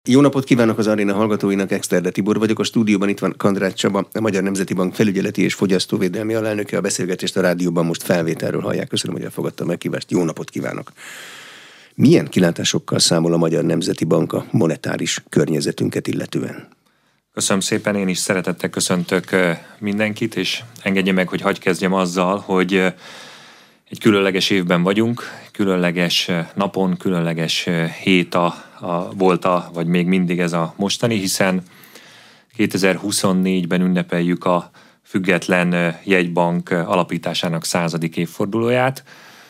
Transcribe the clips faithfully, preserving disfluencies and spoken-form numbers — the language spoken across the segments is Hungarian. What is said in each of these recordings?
Jó napot kívánok az aréna hallgatóinak, Exterde Tibor vagyok, a stúdióban itt van Kandrácz Csaba, a Magyar Nemzeti Bank felügyeleti és fogyasztóvédelmi alelnöke. A beszélgetést a rádióban most felvételről hallják. Köszönöm, hogy elfogadta a meghívást. Jó napot kívánok! Milyen kilátásokkal számol a Magyar Nemzeti Bank a monetáris környezetünket illetően? Köszönöm szépen, én is szeretettel köszöntök mindenkit, és engedje meg, hogy hadd kezdjem azzal, hogy egy különleges évben vagyunk, különleges napon, különleges hét a, a, volt a, vagy még mindig ez a mostani, hiszen kétezer-huszonnégyben ünnepeljük a Független Jegybank alapításának századik évfordulóját.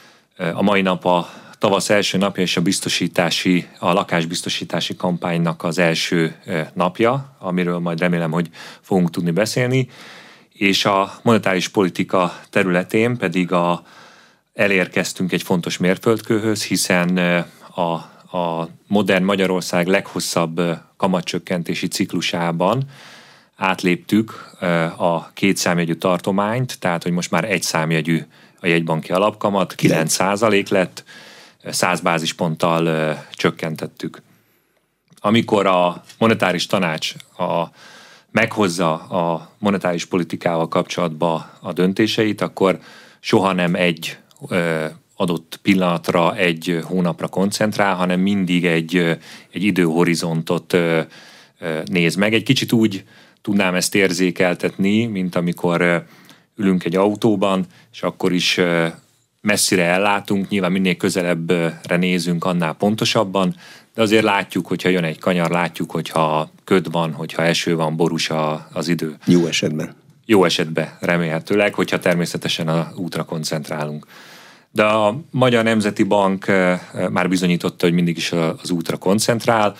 A mai nap a tavasz első napja és a biztosítási, a lakásbiztosítási kampánynak az első napja, amiről majd remélem, hogy fogunk tudni beszélni, és a monetáris politika területén pedig a elérkeztünk egy fontos mérföldkőhöz, hiszen a, a modern Magyarország leghosszabb kamatcsökkentési ciklusában átléptük a két számjegyű tartományt, tehát hogy most már egy számjegyű a jegybanki alapkamat, kilenc százalék lett, száz bázisponttal csökkentettük. Amikor a monetáris tanács a, meghozza a monetáris politikával kapcsolatban a döntéseit, akkor soha nem egy adott pillanatra, egy hónapra koncentrál, hanem mindig egy, egy időhorizontot néz meg. Egy kicsit úgy tudnám ezt érzékeltetni, mint amikor ülünk egy autóban, és akkor is messzire ellátunk, nyilván minél közelebbre nézünk, annál pontosabban, de azért látjuk, hogyha jön egy kanyar, látjuk, hogyha köd van, hogyha eső van, borús az idő. Jó esetben. Jó esetben remélhetőleg, hogyha természetesen az útra koncentrálunk. De a Magyar Nemzeti Bank már bizonyította, hogy mindig is az útra koncentrál.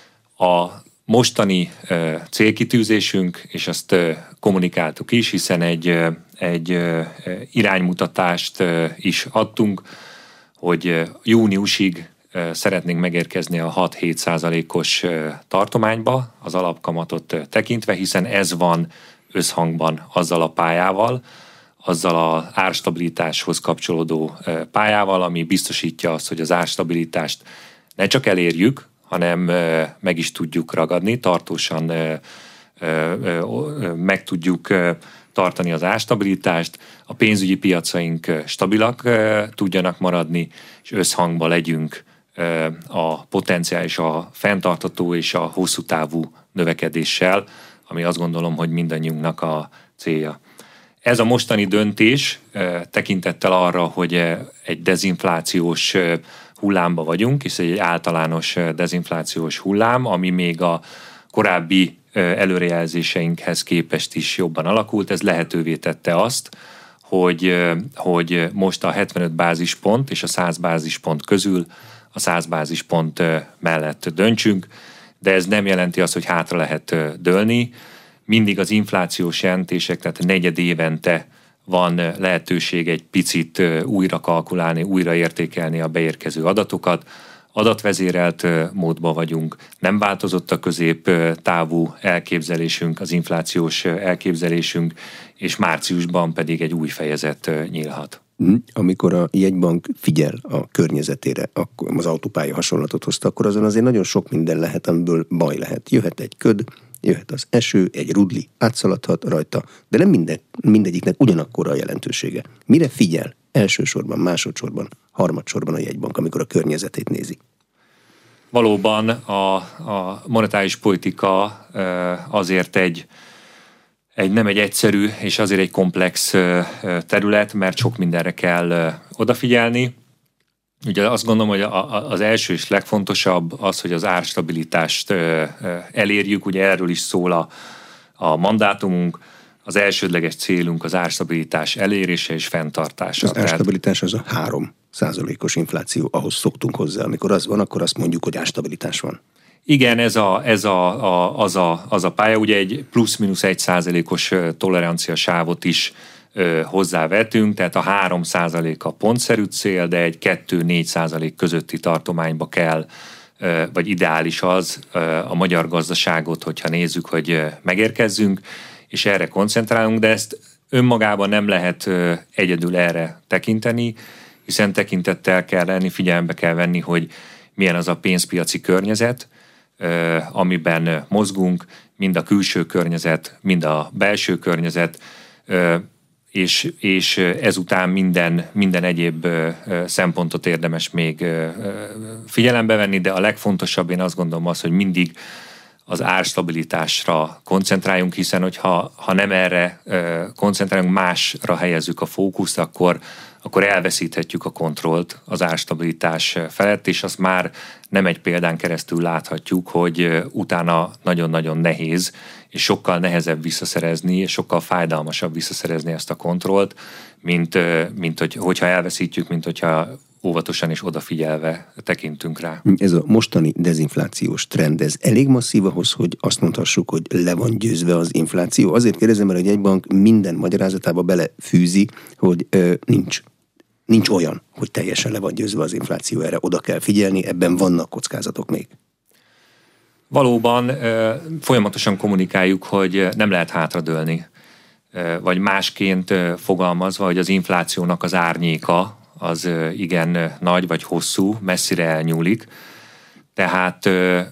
A mostani célkitűzésünk, és azt kommunikáltuk is, hiszen egy, egy iránymutatást is adtunk, hogy júniusig szeretnénk megérkezni a hat-hét százalékos tartományba az alapkamatot tekintve, hiszen ez van összhangban azzal a pályával, azzal az árstabilitáshoz kapcsolódó pályával, ami biztosítja azt, hogy az árstabilitást ne csak elérjük, hanem meg is tudjuk ragadni, tartósan meg tudjuk tartani az árstabilitást, a pénzügyi piacaink stabilak tudjanak maradni, és összhangban legyünk a potenciális, a fenntartható és a hosszú távú növekedéssel, ami azt gondolom, hogy mindannyiunknak a célja. Ez a mostani döntés tekintettel arra, hogy egy dezinflációs hullámba vagyunk, és egy általános dezinflációs hullám, ami még a korábbi előrejelzéseinkhez képest is jobban alakult, ez lehetővé tette azt, hogy, hogy most a hetvenöt bázispont és a száz bázispont közül a száz bázispont mellett döntsünk, de ez nem jelenti azt, hogy hátra lehet dőlni. Mindig az inflációs jelentések, tehát negyed évente van lehetőség egy picit újra kalkulálni, újra értékelni a beérkező adatokat. Adatvezérelt módban vagyunk, nem változott a középtávú elképzelésünk, az inflációs elképzelésünk, és márciusban pedig egy új fejezet nyílhat. Amikor a jegybank figyel a környezetére, akkor az autópálya hasonlatot hozta, akkor azon azért nagyon sok minden lehet, amiből baj lehet. Jöhet egy köd, jöhet az eső, egy rudli átszaladhat rajta, de nem minden, mindegyiknek ugyanakkor a jelentősége. Mire figyel elsősorban, másodszorban, harmadsorban a jegybank, amikor a környezetét nézi? Valóban a, a monetáris politika azért egy, egy nem egy egyszerű, és azért egy komplex terület, mert sok mindenre kell odafigyelni. Ugye azt gondolom, hogy az első és legfontosabb az, hogy az árstabilitást elérjük, ugye erről is szól a, a mandátumunk, az elsődleges célunk az árstabilitás elérése és fenntartása. Az árstabilitás az a három százalékos infláció, ahhoz szoktunk hozzá. Amikor az van, akkor azt mondjuk, hogy árstabilitás van. Igen, ez, a, ez a, a, az, a, az a pálya, ugye egy plusz-minusz egy százalékos tolerancia sávot is ö, hozzávetünk, tehát a három százalék a pontszerű cél, de egy kettő-négy százalék közötti tartományba kell, ö, vagy ideális az ö, a magyar gazdaságot, hogyha nézzük, hogy ö, megérkezzünk, és erre koncentrálunk, de ezt önmagában nem lehet ö, egyedül erre tekinteni, hiszen tekintettel kell lenni, figyelembe kell venni, hogy milyen az a pénzpiaci környezet, amiben mozgunk, mind a külső környezet, mind a belső környezet, és, és ezután minden, minden egyéb szempontot érdemes még figyelembe venni, de a legfontosabb, én azt gondolom az, hogy mindig az árstabilitásra koncentráljunk, hiszen hogyha ha nem erre koncentrálunk, másra helyezzük a fókuszt, akkor, akkor elveszíthetjük a kontrollt az árstabilitás felett, és azt már nem egy példán keresztül láthatjuk, hogy utána nagyon-nagyon nehéz, és sokkal nehezebb visszaszerezni, és sokkal fájdalmasabb visszaszerezni ezt a kontrollt, mint, mint hogy, hogyha elveszítjük, mint hogyha óvatosan és odafigyelve tekintünk rá. Ez a mostani dezinflációs trend, ez elég masszív ahhoz, hogy azt mondhassuk, hogy le van győzve az infláció? Azért kérdezem, mert a jegybank minden magyarázatába belefűzi, hogy ö, nincs. Nincs olyan, hogy teljesen le van győzve az infláció, erre oda kell figyelni, ebben vannak kockázatok még. Valóban folyamatosan kommunikáljuk, hogy nem lehet hátradőlni, vagy másként fogalmazva, hogy az inflációnak az árnyéka az igen nagy vagy hosszú, messzire elnyúlik. Tehát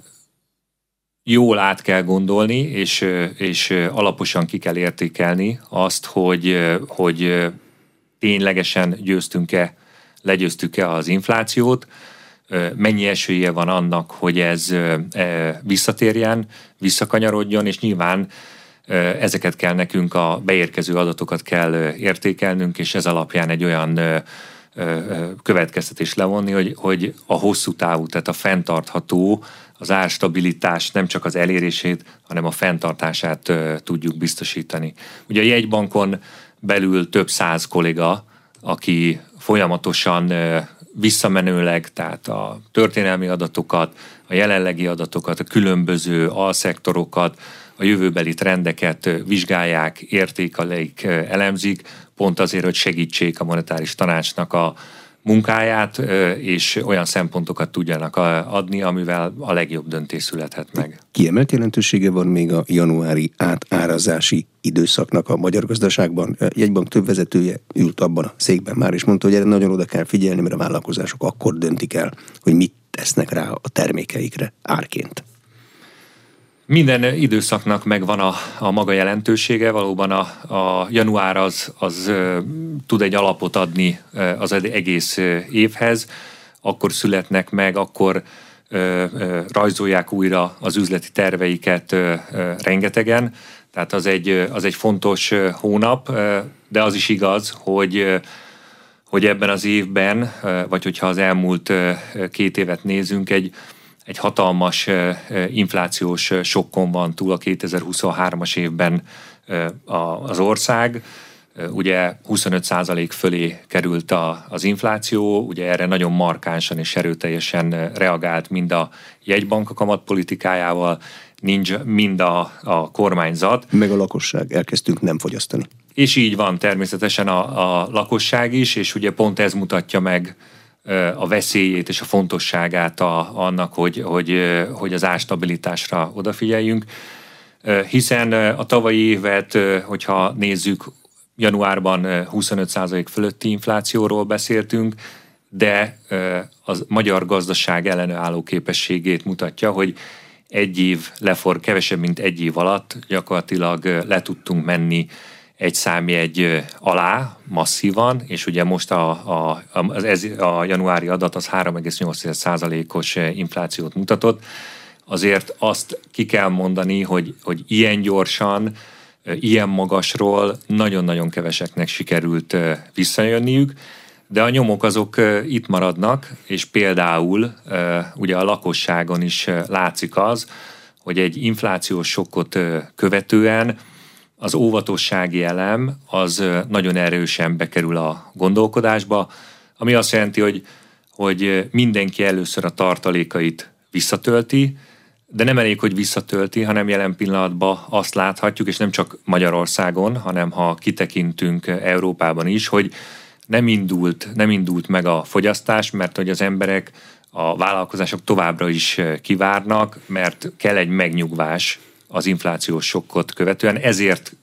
jól át kell gondolni, és, és alaposan ki kell értékelni azt, hogy, hogy ténylegesen győztünk-e, legyőztük-e az inflációt, mennyi esélye van annak, hogy ez visszatérjen, visszakanyarodjon, és nyilván ezeket kell nekünk, a beérkező adatokat kell értékelnünk, és ez alapján egy olyan következtetést levonni, hogy, hogy a hosszú távú, tehát a fenntartható, az árstabilitás nem csak az elérését, hanem a fenntartását tudjuk biztosítani. Ugye a jegybankon belül több száz kolléga, aki folyamatosan visszamenőleg, tehát a történelmi adatokat, a jelenlegi adatokat, a különböző alszektorokat, a jövőbeli trendeket vizsgálják, értékelik, elemzik, pont azért, hogy segítsék a monetáris tanácsnak a munkáját, és olyan szempontokat tudjanak adni, amivel a legjobb döntés születhet meg. Kiemelt jelentősége van még a januári átárazási időszaknak a magyar gazdaságban. Jegybank több vezetője ült abban a székben már, és mondta, hogy erre nagyon oda kell figyelni, mert a vállalkozások akkor döntik el, hogy mit tesznek rá a termékeikre árként. Minden időszaknak megvan a, a maga jelentősége, valóban a, a január az, az uh, tud egy alapot adni uh, az egész uh, évhez, akkor születnek meg, akkor uh, uh, rajzolják újra az üzleti terveiket uh, uh, rengetegen, tehát az egy, uh, az egy fontos uh, hónap, uh, de az is igaz, hogy uh, hogy ebben az évben, uh, vagy hogyha az elmúlt uh, két évet nézünk, egy Egy hatalmas inflációs sokkon van túl a kétezer-huszonhármas évben az ország. Ugye huszonöt százalék fölé került az infláció, ugye erre nagyon markánsan és erőteljesen reagált mind a jegybank a kamatpolitikájával, mind a, a kormányzat. Meg a lakosság, elkezdtünk nem fogyasztani. És így van természetesen a, a lakosság is, és ugye pont ez mutatja meg a veszélyét és a fontosságát a, annak, hogy, hogy, hogy az árstabilitásra odafigyeljünk. Hiszen a tavalyi évet, hogyha nézzük, januárban huszonöt százalék fölötti inflációról beszéltünk, de a magyar gazdaság ellenálló képességét mutatja, hogy egy év lefor, kevesebb, mint egy év alatt gyakorlatilag le tudtunk menni egy számjegy alá masszívan, és ugye most a, a, az ez, a januári adat az három egész nyolc százalékos inflációt mutatott. Azért azt ki kell mondani, hogy, hogy ilyen gyorsan, ilyen magasról nagyon-nagyon keveseknek sikerült visszajönniük, de a nyomok azok itt maradnak, és például ugye a lakosságon is látszik az, hogy egy inflációs sokkot követően az óvatossági elem az nagyon erősen bekerül a gondolkodásba, ami azt jelenti, hogy, hogy mindenki először a tartalékait visszatölti, de nem elég, hogy visszatölti, hanem jelen pillanatban azt láthatjuk, és nem csak Magyarországon, hanem ha kitekintünk Európában is, hogy nem indult, nem indult meg a fogyasztás, mert hogy az emberek, a vállalkozások továbbra is kivárnak, mert kell egy megnyugvás az inflációs sokkot követően, ezért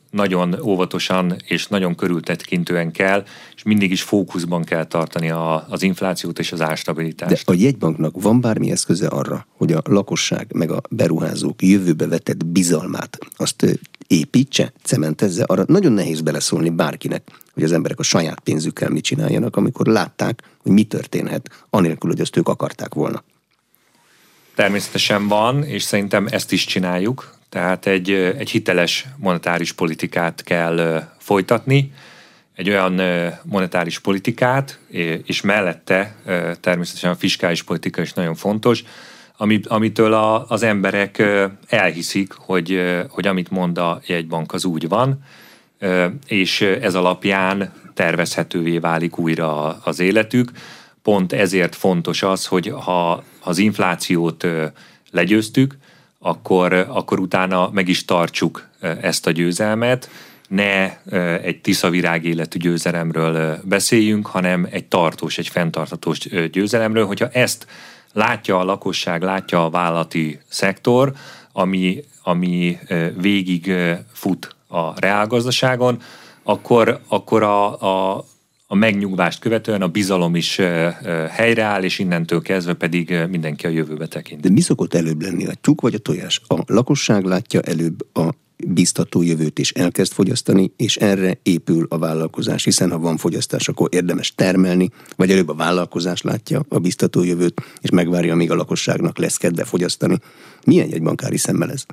nagyon óvatosan és nagyon körültekintően kell, és mindig is fókuszban kell tartani a, az inflációt és az árstabilitást. De a jegybanknak van bármi eszköze arra, hogy a lakosság meg a beruházók jövőbe vetett bizalmát azt építse, cementezze? Arra nagyon nehéz beleszólni bárkinek, hogy az emberek a saját pénzükkel mit csináljanak, amikor látták, hogy mi történhet, anélkül, hogy azt ők akarták volna. Természetesen van, és szerintem ezt is csináljuk. Tehát egy, egy hiteles monetáris politikát kell folytatni, egy olyan monetáris politikát, és mellette természetesen a fiskális politika is nagyon fontos, amitől a, az emberek elhiszik, hogy, hogy amit mond a jegybank, az úgy van, és ez alapján tervezhetővé válik újra az életük. Pont ezért fontos az, hogy ha az inflációt legyőztük, akkor, akkor utána meg is tartsuk ezt a győzelmet, ne egy tiszavirág életű győzelemről beszéljünk, hanem egy tartós, egy fenntarthatós győzelemről. Hogyha ezt látja a lakosság, látja a vállalati szektor, ami, ami végig fut a reálgazdaságon, akkor, akkor a, a, a megnyugvást követően a bizalom is helyreáll, és innentől kezdve pedig mindenki a jövőbe tekint. De mi szokott előbb lenni, a tyúk vagy a tojás? A lakosság látja előbb a biztató jövőt és elkezd fogyasztani, és erre épül a vállalkozás, hiszen ha van fogyasztás, akkor érdemes termelni, vagy előbb a vállalkozás látja a biztató jövőt, és megvárja, amíg a lakosságnak lesz kedve fogyasztani. Milyen egy bankári szemmel ez?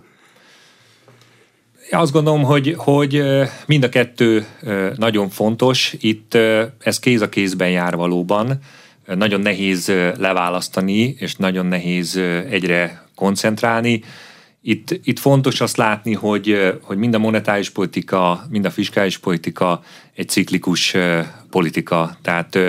Azt gondolom, hogy, hogy mind a kettő nagyon fontos. Itt ez kéz a kézben jár valóban. Nagyon nehéz leválasztani, és nagyon nehéz egyre koncentrálni. Itt, itt fontos azt látni, hogy, hogy mind a monetáris politika, mind a fiskális politika egy ciklikus politika. Tehát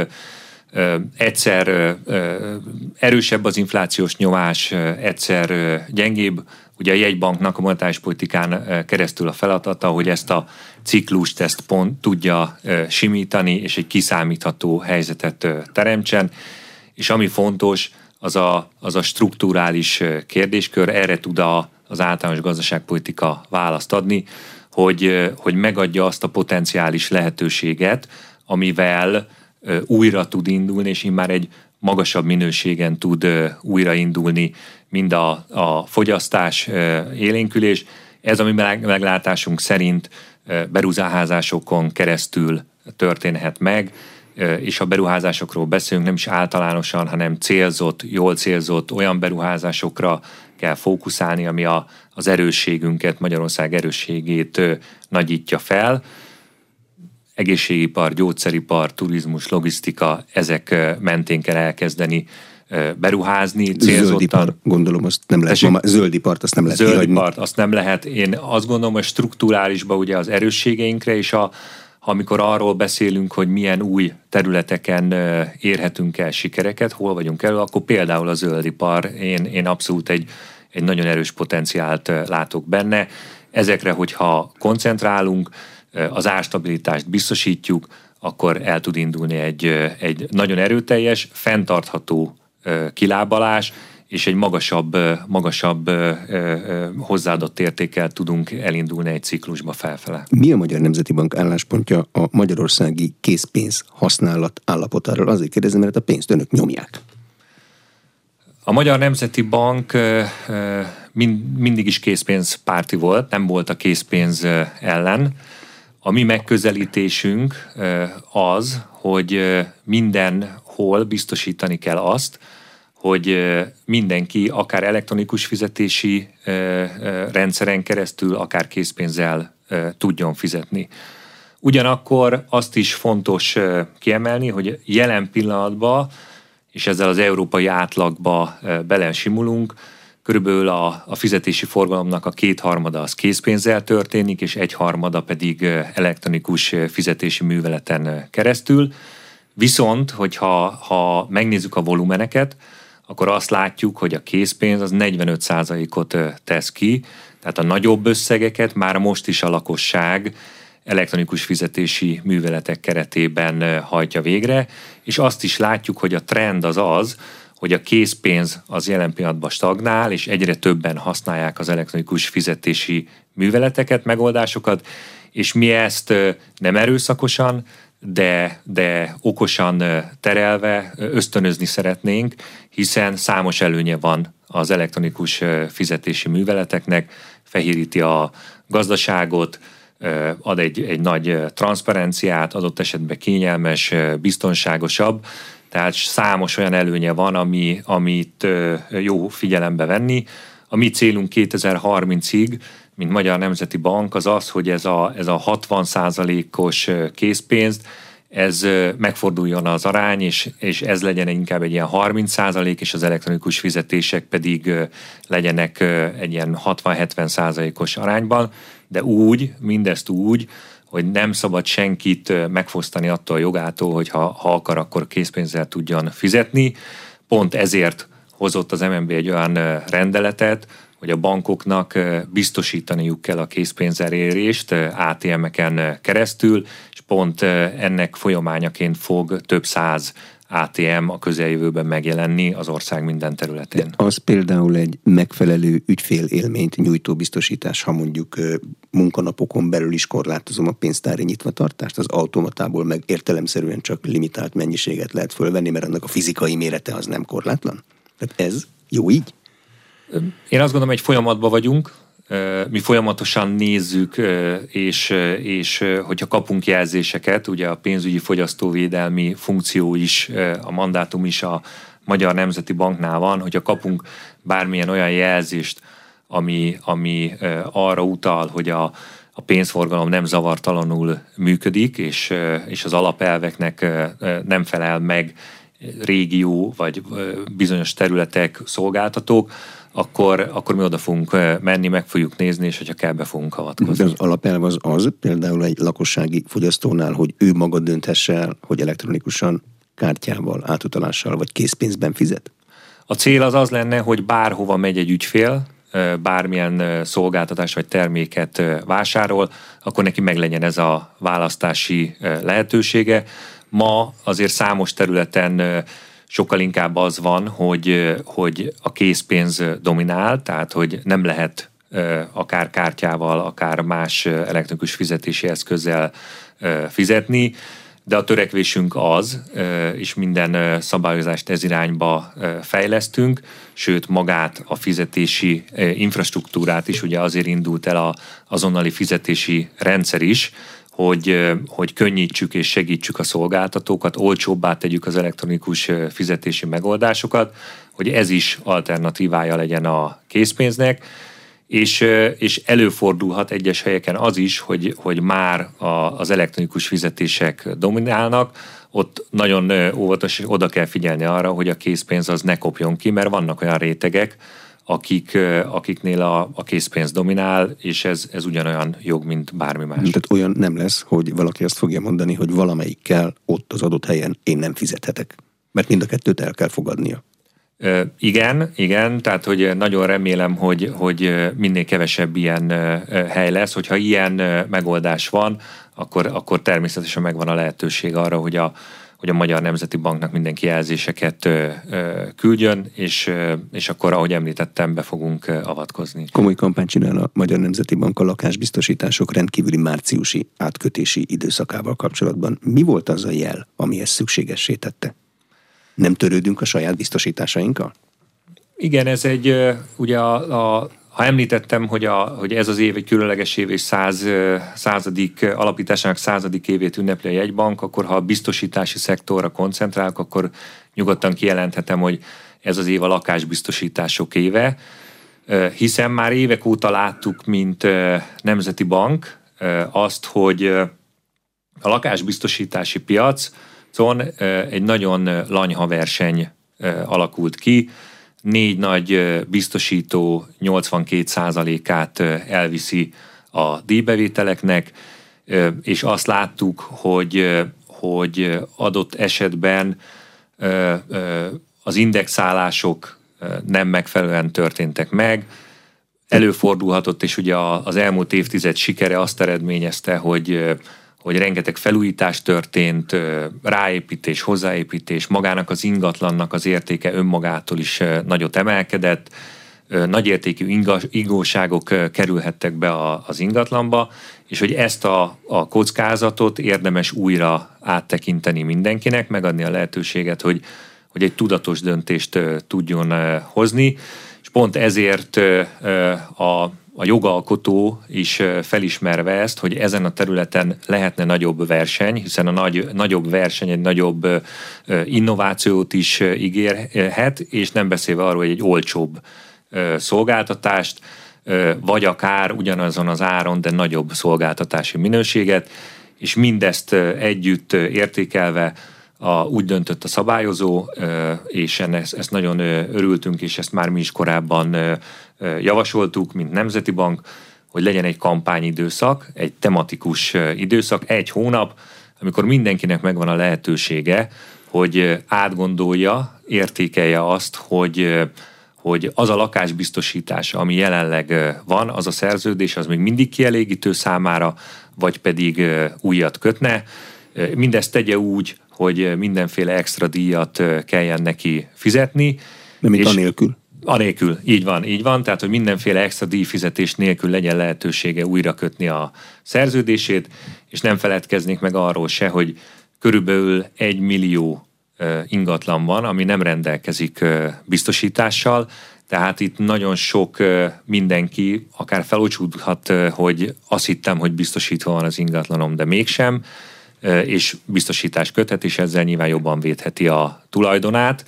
egyszer erősebb az inflációs nyomás, egyszer gyengébb. Ugye a jegybanknak a monetáris politikán keresztül a feladata, hogy ezt a ciklust ezt pont tudja simítani, és egy kiszámítható helyzetet teremtsen. És ami fontos, az a, az a strukturális kérdéskör, erre tud a, az általános gazdaságpolitika választ adni, hogy, hogy megadja azt a potenciális lehetőséget, amivel újra tud indulni, és immár egy magasabb minőségen tud újraindulni, mind a, a fogyasztás, élénkülés. Ez a mi meglátásunk szerint beruházásokon keresztül történhet meg, és ha beruházásokról beszélünk, nem is általánosan, hanem célzott, jól célzott olyan beruházásokra kell fókuszálni, ami a, az erősségünket, Magyarország erősségét nagyítja fel. Egészségipar, gyógyszeripar, turizmus, logisztika, ezek mentén kell elkezdeni beruházni. Zöldipar, gondolom, azt nem lehet. Ma, zöldipart azt nem lehet Zöldipart azt nem lehet. Én azt gondolom, hogy strukturálisban ugye az erősségeinkre, és a, amikor arról beszélünk, hogy milyen új területeken érhetünk el sikereket, hol vagyunk elő, akkor például a zöldipar, én, én abszolút egy, egy nagyon erős potenciált látok benne. Ezekre, hogyha koncentrálunk, az árstabilitást biztosítjuk, akkor el tud indulni egy, egy nagyon erőteljes, fenntartható kilábalás, és egy magasabb, magasabb hozzáadott értékkel tudunk elindulni egy ciklusba felfele. Mi a Magyar Nemzeti Bank álláspontja a magyarországi készpénz használat állapotáról? Azért kérdezem, mert a pénzt önök nyomják. A Magyar Nemzeti Bank mind, mindig is készpénzpárti volt, nem volt a készpénz ellen. A mi megközelítésünk az, hogy mindenhol biztosítani kell azt, hogy mindenki akár elektronikus fizetési rendszeren keresztül, akár készpénzzel tudjon fizetni. Ugyanakkor azt is fontos kiemelni, hogy jelen pillanatban, és ezzel az európai átlagba belesimulunk, körülbelül a, a fizetési forgalomnak a kétharmada az készpénzzel történik, és egyharmada pedig elektronikus fizetési műveleten keresztül. Viszont, hogyha ha megnézzük a volumeneket, akkor azt látjuk, hogy a készpénz az negyvenöt százalékot tesz ki, tehát a nagyobb összegeket már most is a lakosság elektronikus fizetési műveletek keretében hajtja végre, és azt is látjuk, hogy a trend az az, hogy a készpénz az jelen pillanatban stagnál, és egyre többen használják az elektronikus fizetési műveleteket, megoldásokat, és mi ezt nem erőszakosan, de, de okosan terelve ösztönözni szeretnénk, hiszen számos előnye van az elektronikus fizetési műveleteknek, fehéríti a gazdaságot, ad egy, egy nagy transzparenciát, adott esetben kényelmes, biztonságosabb, tehát számos olyan előnye van, ami, amit jó figyelembe venni. A mi célunk kétezer-harmincig, mint Magyar Nemzeti Bank, az az, hogy ez a, ez a hatvan százalékos készpénzt, ez megforduljon az arány, és, és ez legyen inkább egy ilyen harminc százalék, és az elektronikus fizetések pedig legyenek egy ilyen hatvan-hetven százalékos arányban, de úgy, mindezt úgy, hogy nem szabad senkit megfosztani attól a jogától, hogy ha, ha akar, akkor készpénzzel tudjon fizetni. Pont ezért hozott az em en bé egy olyan rendeletet, hogy a bankoknak biztosítaniuk kell a készpénzelérést á té em-eken keresztül, és pont ennek folyamányaként fog több száz á té em a közeljövőben megjelenni az ország minden területén. De az például egy megfelelő ügyfélélményt nyújtó biztosítás, ha mondjuk munkanapokon belül is korlátozom a pénztári nyitvatartást, az automatából meg értelemszerűen csak limitált mennyiséget lehet fölvenni, mert annak a fizikai mérete az nem korlátlan? Tehát ez jó így? Én azt gondolom, egy folyamatban vagyunk, mi folyamatosan nézzük, és, és hogyha kapunk jelzéseket, ugye a pénzügyi fogyasztóvédelmi funkció is, a mandátum is a Magyar Nemzeti Banknál van, hogyha kapunk bármilyen olyan jelzést, ami, ami arra utal, hogy a, a pénzforgalom nem zavartalanul működik, és, és az alapelveknek nem felel meg régió, vagy bizonyos területek, szolgáltatók, akkor, akkor mi oda fogunk menni, meg fogjuk nézni, és hogyha kell, be fogunk avatkozni. De az alapelv az az, például egy lakossági fogyasztónál, hogy ő maga dönthesse el, hogy elektronikusan, kártyával, átutalással vagy készpénzben fizet? A cél az az lenne, hogy bárhova megy egy ügyfél, bármilyen szolgáltatás vagy terméket vásárol, akkor neki meglegyen ez a választási lehetősége. Ma azért számos területen sokkal inkább az van, hogy, hogy a készpénz dominál, tehát hogy nem lehet akár kártyával, akár más elektronikus fizetési eszközzel fizetni, de a törekvésünk az, és minden szabályozást ez irányba fejlesztünk, sőt magát a fizetési infrastruktúrát is, ugye azért indult el az azonnali fizetési rendszer is, hogy, hogy könnyítsük és segítsük a szolgáltatókat, olcsóbbá tegyük az elektronikus fizetési megoldásokat, hogy ez is alternatívája legyen a készpénznek, és, és előfordulhat egyes helyeken az is, hogy, hogy már a, az elektronikus fizetések dominálnak, ott nagyon óvatos, és oda kell figyelni arra, hogy a készpénz az ne kopjon ki, mert vannak olyan rétegek, akik, akiknél a, a készpénz dominál, és ez, ez ugyanolyan jog, mint bármi más. Tehát olyan nem lesz, hogy valaki azt fogja mondani, hogy valamelyikkel ott az adott helyen én nem fizethetek, mert mind a kettőt el kell fogadnia. Ö, igen, igen, tehát hogy nagyon remélem, hogy, hogy minél kevesebb ilyen hely lesz, hogyha ilyen megoldás van, akkor, akkor természetesen megvan a lehetőség arra, hogy a hogy a Magyar Nemzeti Banknak mindenki jelzéseket ö, ö, küldjön, és, ö, és akkor, ahogy említettem, be fogunk ö, avatkozni. Komoly kampányt csinál a Magyar Nemzeti Bank a lakásbiztosítások rendkívüli márciusi átkötési időszakával kapcsolatban. Mi volt az a jel, ami ezt szükségessé tette? Nem törődünk a saját biztosításainkkal? Igen, ez egy, ugye a, a ha említettem, hogy, a, hogy ez az év egy különleges év és száz, századik alapításának századik évét ünnepli a jegybank, akkor ha a biztosítási szektorra koncentrálok, akkor nyugodtan kijelenthetem, hogy ez az év a lakásbiztosítások éve, hiszen már évek óta láttuk, mint Nemzeti Bank azt, hogy a lakásbiztosítási piacon egy nagyon lanyha verseny alakult ki, négy nagy biztosító nyolcvankét százalékát elviszi a díjbevételeknek, és azt láttuk, hogy, hogy adott esetben az indexálások nem megfelelően történtek meg. Előfordulhatott, és ugye az elmúlt évtized sikere azt eredményezte, hogy hogy rengeteg felújítás történt, ráépítés, hozzáépítés, magának az ingatlannak az értéke önmagától is nagyot emelkedett, nagyértékű ingóságok kerülhettek be az ingatlanba, és hogy ezt a, a kockázatot érdemes újra áttekinteni mindenkinek, megadni a lehetőséget, hogy, hogy egy tudatos döntést tudjon hozni, és pont ezért a A jogalkotó is felismerve ezt, hogy ezen a területen lehetne nagyobb verseny, hiszen a nagy, nagyobb verseny egy nagyobb innovációt is ígérhet, és nem beszélve arról, hogy egy olcsóbb szolgáltatást, vagy akár ugyanazon az áron, de nagyobb szolgáltatási minőséget, és mindezt együtt értékelve a, úgy döntött a szabályozó, és ezt, ezt nagyon örültünk, és ezt már mi is korábban javasoltuk, mint Nemzeti Bank, hogy legyen egy kampányidőszak, egy tematikus időszak, egy hónap, amikor mindenkinek megvan a lehetősége, hogy átgondolja, értékelje azt, hogy, hogy az a lakásbiztosítás, ami jelenleg van, az a szerződés, az még mindig kielégítő számára, vagy pedig újat kötne. Mindezt tegye úgy, hogy mindenféle extra díjat kelljen neki fizetni. Nem itt anélkül. Anélkül, így van, így van, tehát hogy mindenféle extra díjfizetés nélkül legyen lehetősége újra kötni a szerződését, és nem feledkeznék meg arról se, hogy körülbelül egy millió ingatlan van, ami nem rendelkezik biztosítással, tehát itt nagyon sok mindenki akár felocsúdhat, hogy azt hittem, hogy biztosítva van az ingatlanom, de mégsem, és biztosítást köthet, és ezzel nyilván jobban védheti a tulajdonát.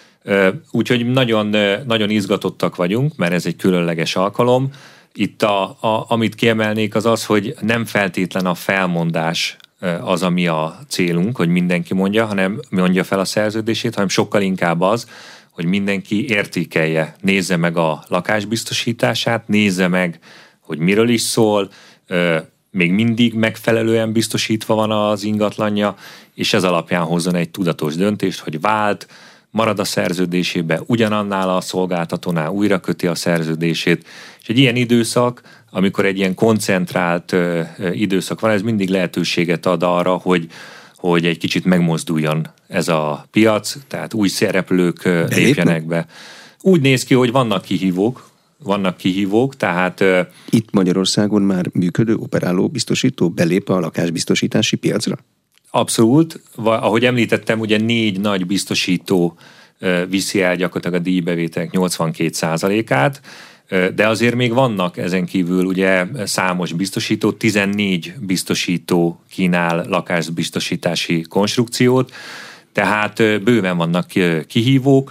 Úgyhogy nagyon, nagyon izgatottak vagyunk, mert ez egy különleges alkalom. Itt a, a, amit kiemelnék az az, hogy nem feltétlen a felmondás az, ami a célunk, hogy mindenki mondja, hanem mondja fel a szerződését, hanem sokkal inkább az, hogy mindenki értékelje, nézze meg a lakásbiztosítását, nézze meg, hogy miről is szól, még mindig megfelelően biztosítva van az ingatlanja, és ez alapján hozzon egy tudatos döntést, hogy vált, marad a szerződésébe, ugyanannál a szolgáltatónál újra köti a szerződését. És egy ilyen időszak, amikor egy ilyen koncentrált ö, ö, időszak van, ez mindig lehetőséget ad arra, hogy, hogy egy kicsit megmozduljon ez a piac, tehát új szereplők ö, lépjenek be. Úgy néz ki, hogy vannak kihívók, vannak kihívók, tehát... Ö, Itt Magyarországon már működő, operáló biztosító belép a lakásbiztosítási piacra? Abszolút. Ahogy említettem, ugye négy nagy biztosító viszi el gyakorlatilag a díjbevételek nyolcvankét százalékát, de azért még vannak ezen kívül ugye számos biztosító, tizennégy biztosító kínál lakásbiztosítási konstrukciót, tehát bőven vannak kihívók,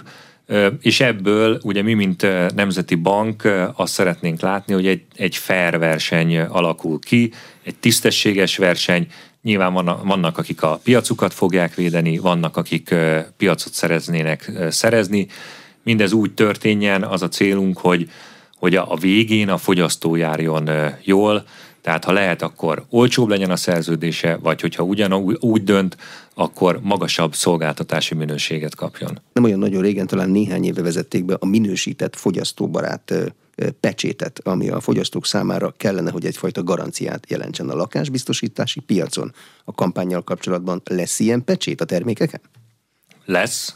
és ebből ugye mi, mint Nemzeti Bank azt szeretnénk látni, hogy egy, egy fair verseny alakul ki, egy tisztességes verseny. Nyilván vannak, akik a piacukat fogják védeni, vannak, akik piacot szereznének szerezni. Mindez úgy történjen, az a célunk, hogy, hogy a végén a fogyasztó járjon jól, tehát ha lehet, akkor olcsóbb legyen a szerződése, vagy hogyha ugyanúgy úgy dönt, akkor magasabb szolgáltatási minőséget kapjon. Nem olyan nagyon régen, talán néhány éve vezették be a minősített fogyasztóbarát pecsétet, ami a fogyasztók számára kellene, hogy egyfajta garanciát jelentsen a lakásbiztosítási piacon. A kampánnyal kapcsolatban lesz ilyen pecsét a termékeken? Lesz.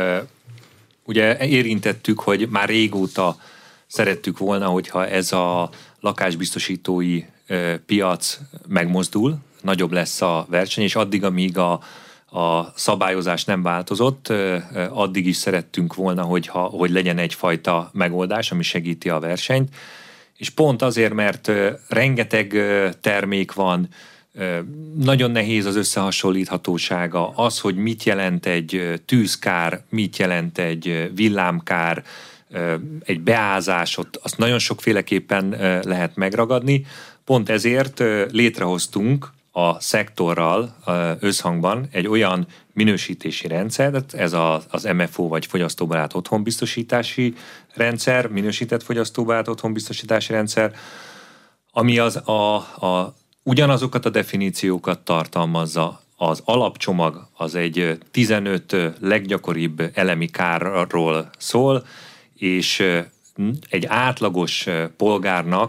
Ugye érintettük, hogy már régóta szerettük volna, hogyha ez a lakásbiztosítói piac megmozdul, nagyobb lesz a verseny, és addig, amíg a, a szabályozás nem változott, addig is szerettünk volna, hogyha, hogy legyen egyfajta megoldás, ami segíti a versenyt. És pont azért, mert rengeteg termék van, nagyon nehéz az összehasonlíthatósága, az, hogy mit jelent egy tűzkár, mit jelent egy villámkár, egy beázásot, azt nagyon sokféleképpen lehet megragadni. Pont ezért létrehoztunk a szektorral összhangban egy olyan minősítési rendszert, ez az em ef o vagy fogyasztóbarát otthonbiztosítási rendszer, minősített fogyasztóbarát otthonbiztosítási rendszer, ami az a, a, ugyanazokat a definíciókat tartalmazza. Az alapcsomag az egy tizenöt leggyakoribb elemi kárról szól, és egy átlagos polgárnak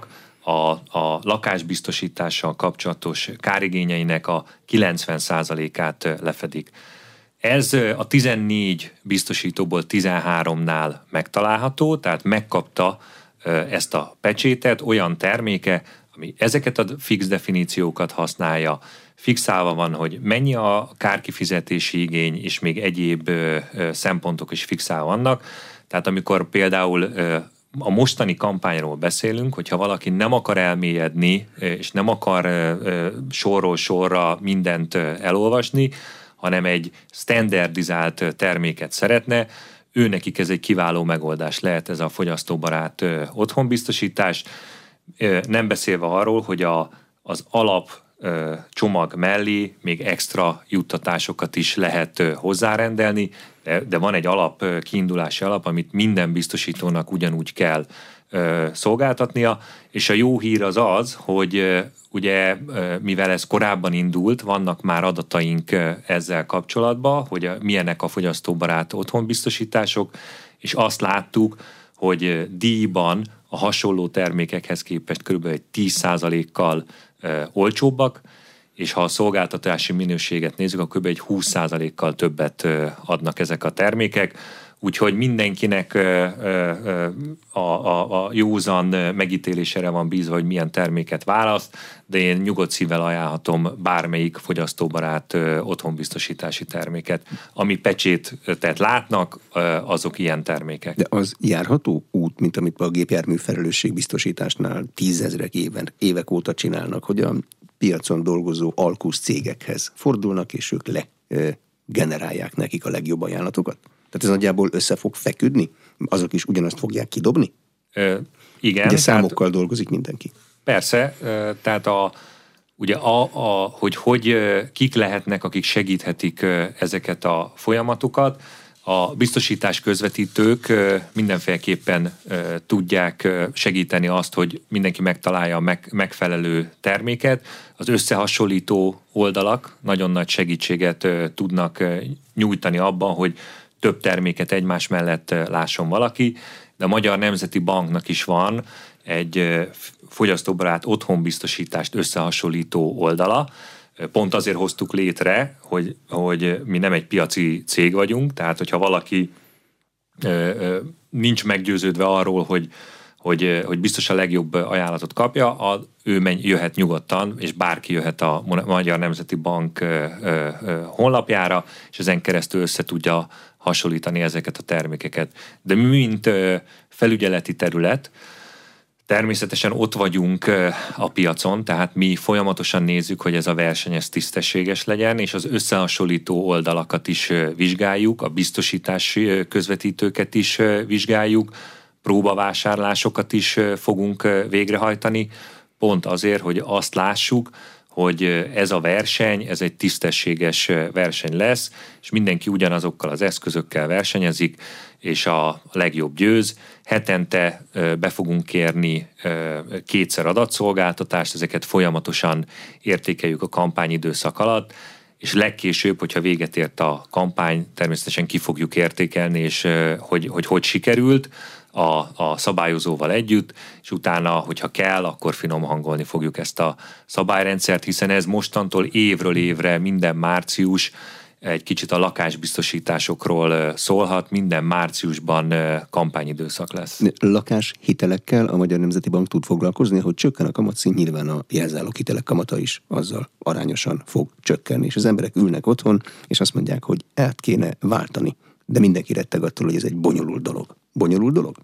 a, a lakásbiztosítással kapcsolatos kárigényeinek a kilencven százalékát lefedik. Ez a tizennégy biztosítóból tizenháromnál megtalálható, tehát megkapta ezt a pecsétet olyan terméke, ami ezeket a fix definíciókat használja, fixálva van, hogy mennyi a kárkifizetési igény, és még egyéb szempontok is fixálva vannak. Tehát amikor például a mostani kampányról beszélünk, hogyha valaki nem akar elmélyedni, és nem akar sorról sorra mindent elolvasni, hanem egy standardizált terméket szeretne, ő nekik ez egy kiváló megoldás lehet, ez a fogyasztóbarát otthonbiztosítás. Nem beszélve arról, hogy a, az alap csomag mellé még extra juttatásokat is lehet hozzárendelni, de, de van egy alap kiindulási alap, amit minden biztosítónak ugyanúgy kell szolgáltatnia, és a jó hír az az, hogy ugye mivel ez korábban indult, vannak már adataink ezzel kapcsolatban, hogy milyenek a fogyasztóbarát otthonbiztosítások, és azt láttuk, hogy díjban a hasonló termékekhez képest kb. Egy tíz százalékkal olcsóbbak, és ha a szolgáltatási minőséget nézzük, akkor kb. Egy húsz százalékkal többet adnak ezek a termékek. Úgyhogy mindenkinek a, a, a józan megítélésére van bízva, hogy milyen terméket választ, de én nyugodt szívvel ajánlhatom bármelyik fogyasztóbarát otthonbiztosítási terméket. Ami pecsétet látnak, azok ilyen termékek. De az járható út, mint amit a gépjármű felelősségbiztosításnál tízezrek éven, évek óta csinálnak, hogy a piacon dolgozó alkusz cégekhez fordulnak, és ők legenerálják nekik a legjobb ajánlatokat? Tehát ez nagyjából össze fog feküdni? Azok is ugyanazt fogják kidobni? Ö, igen. Ugye számokkal tehát, dolgozik mindenki. Persze, tehát a, ugye a, a, hogy, hogy kik lehetnek, akik segíthetik ezeket a folyamatokat, a biztosítás közvetítők mindenféleképpen tudják segíteni azt, hogy mindenki megtalálja a megfelelő terméket. Az összehasonlító oldalak nagyon nagy segítséget tudnak nyújtani abban, hogy több terméket egymás mellett lásson valaki, de a Magyar Nemzeti Banknak is van egy fogyasztóbarát otthonbiztosítást összehasonlító oldala. Pont azért hoztuk létre, hogy, hogy mi nem egy piaci cég vagyunk, tehát hogyha valaki nincs meggyőződve arról, hogy, hogy, hogy biztos a legjobb ajánlatot kapja, a, ő menj, jöhet nyugodtan, és bárki jöhet a Magyar Nemzeti Bank honlapjára, és ezen keresztül össze tudja hasonlítani ezeket a termékeket. De mi, mint felügyeleti terület, természetesen ott vagyunk a piacon, tehát mi folyamatosan nézzük, hogy ez a verseny ez tisztességes legyen, és az összehasonlító oldalakat is vizsgáljuk, a biztosítási közvetítőket is vizsgáljuk, próbavásárlásokat is fogunk végrehajtani, pont azért, hogy azt lássuk, hogy ez a verseny, ez egy tisztességes verseny lesz, és mindenki ugyanazokkal az eszközökkel versenyezik, és a legjobb győz. Hetente be fogunk kérni kétszer adatszolgáltatást, ezeket folyamatosan értékeljük a kampányidőszak alatt, és legkésőbb, hogyha véget ért a kampány, természetesen ki fogjuk értékelni, és hogy hogy, hogy sikerült a, a szabályozóval együtt, és utána, hogyha kell, akkor finom hangolni fogjuk ezt a szabályrendszert, hiszen ez mostantól évről évre minden március egy kicsit a lakásbiztosításokról szólhat, minden márciusban kampányidőszak lesz. Lakáshitelekkel a Magyar Nemzeti Bank tud foglalkozni, hogy csökken a kamatszint, nyilván a jelzálók hitelek kamata is azzal arányosan fog csökkenni, és az emberek ülnek otthon, és azt mondják, hogy át kéne váltani, de mindenki retteg attól, hogy ez egy bonyolult dolog. Bonyolult dolog?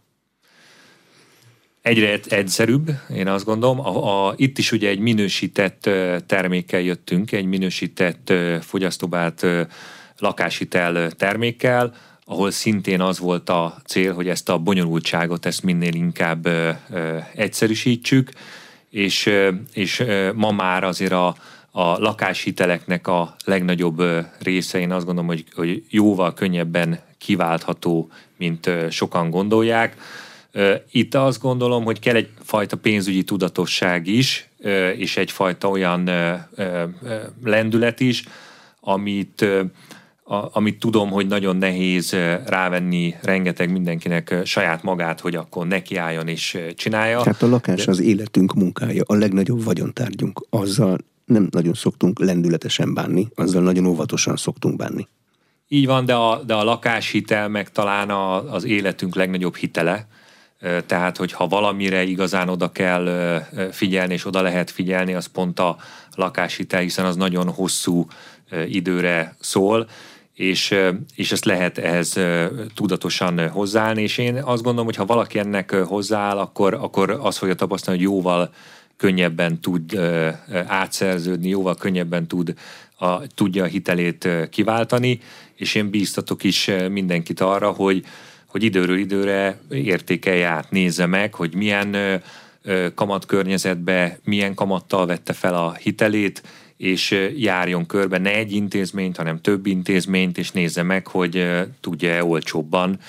Egyre egyszerűbb, én azt gondolom. A, a, itt is ugye egy minősített termékkel jöttünk, egy minősített fogyasztóbarát lakáshitel termékkel, ahol szintén az volt a cél, hogy ezt a bonyolultságot ezt minél inkább ö, ö, egyszerűsítsük, és, és ma már azért a, a lakáshiteleknek a legnagyobb része, én azt gondolom, hogy, hogy jóval könnyebben kiváltható, mint sokan gondolják. Itt azt gondolom, hogy kell egyfajta pénzügyi tudatosság is, és egyfajta olyan lendület is, amit a, amit tudom, hogy nagyon nehéz rávenni rengeteg mindenkinek saját magát, hogy akkor nekiálljon és csinálja. Hát a lakás de... az életünk munkája, a legnagyobb vagyontárgyunk. Azzal nem nagyon szoktunk lendületesen bánni, azzal nagyon óvatosan szoktunk bánni. Így van, de a, de a lakáshitel meg talán a, az életünk legnagyobb hitele. Tehát, hogyha valamire igazán oda kell figyelni, és oda lehet figyelni, az pont a lakáshitel, hiszen az nagyon hosszú időre szól, és, és ezt lehet ehhez tudatosan hozzáállni, és én azt gondolom, hogy ha valaki ennek hozzááll, akkor, akkor azt fogja tapasztalni, hogy jóval könnyebben tud átszerződni, jóval könnyebben tud a, tudja a hitelét kiváltani, és én bíztatok is mindenkit arra, hogy, hogy időről időre értékelje át, nézze meg, hogy milyen kamatkörnyezetbe, milyen kamattal vette fel a hitelét, és járjon körbe ne egy intézményt, hanem több intézményt, és nézze meg, hogy tudja-e olcsóbban,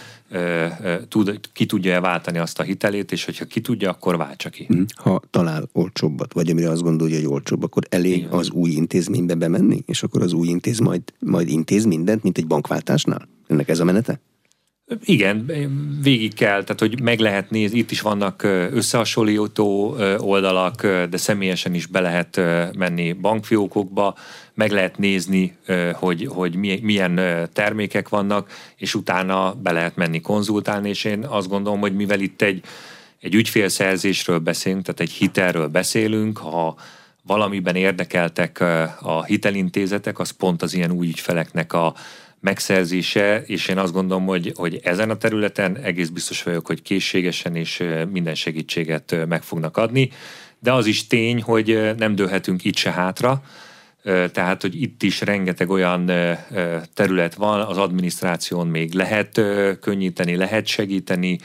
tud, ki tudja-e váltani azt a hitelét, és hogyha ki tudja, akkor váltsa ki. Ha talál olcsóbbat, vagy amire azt gondolja, hogy olcsóbb, akkor elég igen. Az új intézménybe bemenni, és akkor az új intéz majd, majd intéz mindent, mint egy bankváltásnál? Ennek ez a menete? Igen, végig kell, tehát hogy meg lehet nézni, itt is vannak összehasonlító oldalak, de személyesen is be lehet menni bankfiókokba, meg lehet nézni, hogy, hogy milyen termékek vannak, és utána be lehet menni konzultálni, és én azt gondolom, hogy mivel itt egy, egy ügyfélszerzésről beszélünk, tehát egy hitelről beszélünk, ha valamiben érdekeltek a hitelintézetek, az pont az ilyen új ügyfeleknek a megszerzése, és én azt gondolom, hogy, hogy ezen a területen egész biztos vagyok, hogy készségesen és minden segítséget meg fognak adni, de az is tény, hogy nem dőlhetünk itt se hátra, tehát, hogy itt is rengeteg olyan terület van, az adminisztráción még lehet könnyíteni, lehet segíteni,